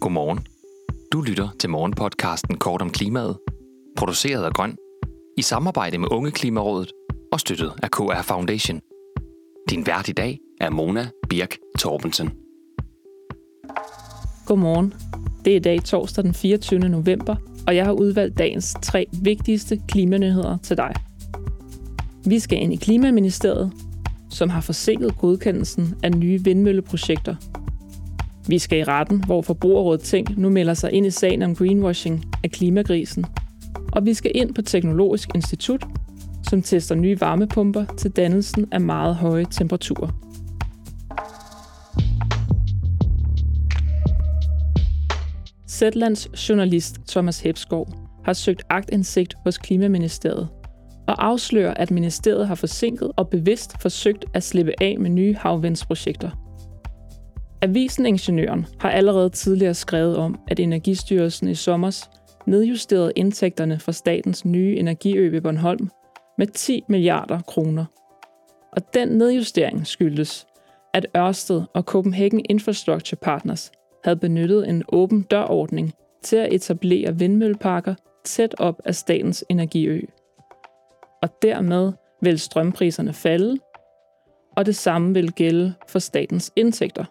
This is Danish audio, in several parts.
Godmorgen. Du lytter til morgenpodcasten Kort om klimaet, produceret af Grøn, i samarbejde med Unge Klimarådet og støttet af KR Foundation. Din vært i dag er Mona Birk Torbensen. Godmorgen. Det er i dag torsdag den 24. november, og jeg har udvalgt dagens 3 vigtigste klimanyheder til dig. Vi skal ind i Klimaministeriet, som har forsinket godkendelsen af nye vindmølleprojekter. Vi skal i retten, hvor Forbrugerrådet Tænk nu melder sig ind i sagen om greenwashing af klimagrisen. Og vi skal ind på Teknologisk Institut, som tester nye varmepumper til dannelsen af meget høje temperaturer. Zetlands journalist Thomas Hepsgaard har søgt aktindsigt hos Klimaministeriet og afslører, at ministeriet har forsinket og bevidst forsøgt at slippe af med nye havvindsprojekter. Avisen Ingeniøren har allerede tidligere skrevet om, at Energistyrelsen i sommers nedjusterede indtægterne fra statens nye energiø ved Bornholm med 10 milliarder kroner. Og den nedjustering skyldes, at Ørsted og Copenhagen Infrastructure Partners havde benyttet en åben dørordning til at etablere vindmølleparker tæt op af statens energiø. Og dermed vil strømpriserne falde, og det samme vil gælde for statens indtægter.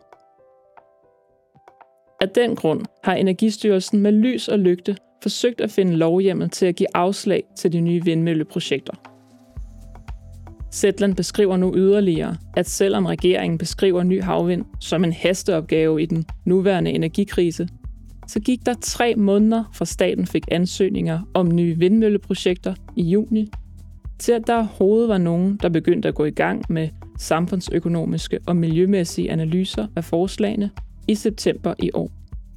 Af den grund har Energistyrelsen med lys og lygte forsøgt at finde lovhjemmel til at give afslag til de nye vindmølleprojekter. Zetland beskriver nu yderligere, at selvom regeringen beskriver ny havvind som en hasteopgave i den nuværende energikrise, så gik der 3 måneder fra staten fik ansøgninger om nye vindmølleprojekter i juni, til at der overhovedet var nogen, der begyndte at gå i gang med samfundsøkonomiske og miljømæssige analyser af forslagene i september i år.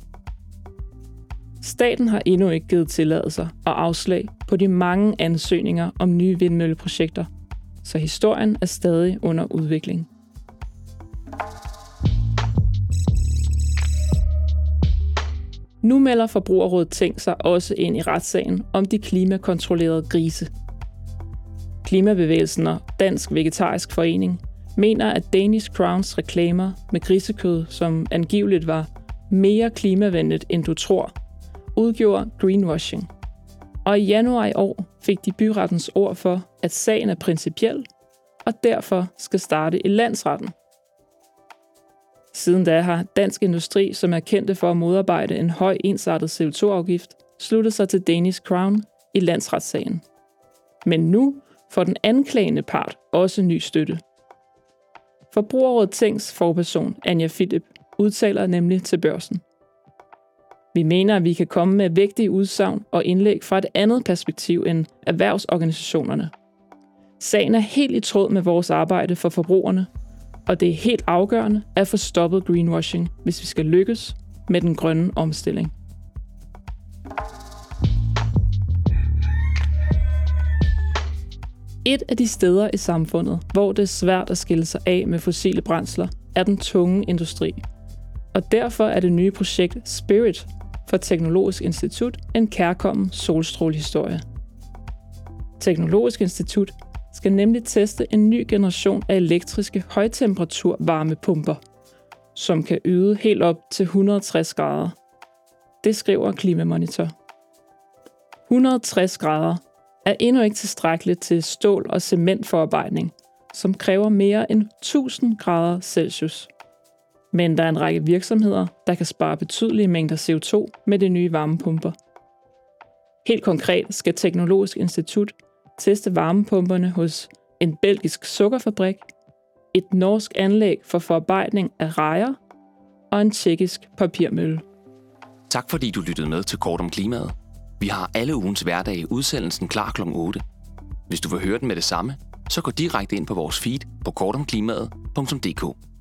Staten har endnu ikke givet tilladelser og afslag på de mange ansøgninger om nye vindmølleprojekter, så historien er stadig under udvikling. Nu melder Forbrugerrådet Tænk sig også ind i retssagen om de klimakontrollerede grise. Klimabevægelsen og Dansk Vegetarisk Forening mener, at Danish Crowns reklamer med grisekød, som angiveligt var mere klimavenligt end du tror, udgjorde greenwashing. Og i januar i år fik de byrettens ord for, at sagen er principiel og derfor skal starte i landsretten. Siden da har Dansk Industri, som er kendte for at modarbejde en høj ensartet CO2-afgift, sluttet sig til Danish Crown i landsretssagen. Men nu får den anklagende part også ny støtte. Forbrugerrådet Tænks forperson Anja Philip udtaler nemlig til Børsen: Vi mener, at vi kan komme med vægtige udsagn og indlæg fra et andet perspektiv end erhvervsorganisationerne. Sagen er helt i tråd med vores arbejde for forbrugerne, og det er helt afgørende at få stoppet greenwashing, hvis vi skal lykkes med den grønne omstilling. Et af de steder i samfundet, hvor det er svært at skille sig af med fossile brændsler, er den tunge industri. Og derfor er det nye projekt Spirit for Teknologisk Institut en kærkommen solstrålehistorie. Teknologisk Institut skal nemlig teste en ny generation af elektriske højtemperaturvarmepumper, som kan yde helt op til 160 grader. Det skriver Klimamonitor. 160 grader er endnu ikke tilstrækkeligt til stål- og cementforarbejdning, som kræver mere end 1000 grader Celsius. Men der er en række virksomheder, der kan spare betydelige mængder CO2 med de nye varmepumper. Helt konkret skal Teknologisk Institut teste varmepumperne hos en belgisk sukkerfabrik, et norsk anlæg for forarbejdning af rejer og en tjekkisk papirmølle. Tak fordi du lyttede med til Kort om klimaet. Vi har alle ugens hverdage udsendelsen klar kl. 8. Hvis du vil høre den med det samme, så gå direkte ind på vores feed på kortomklimaet.dk.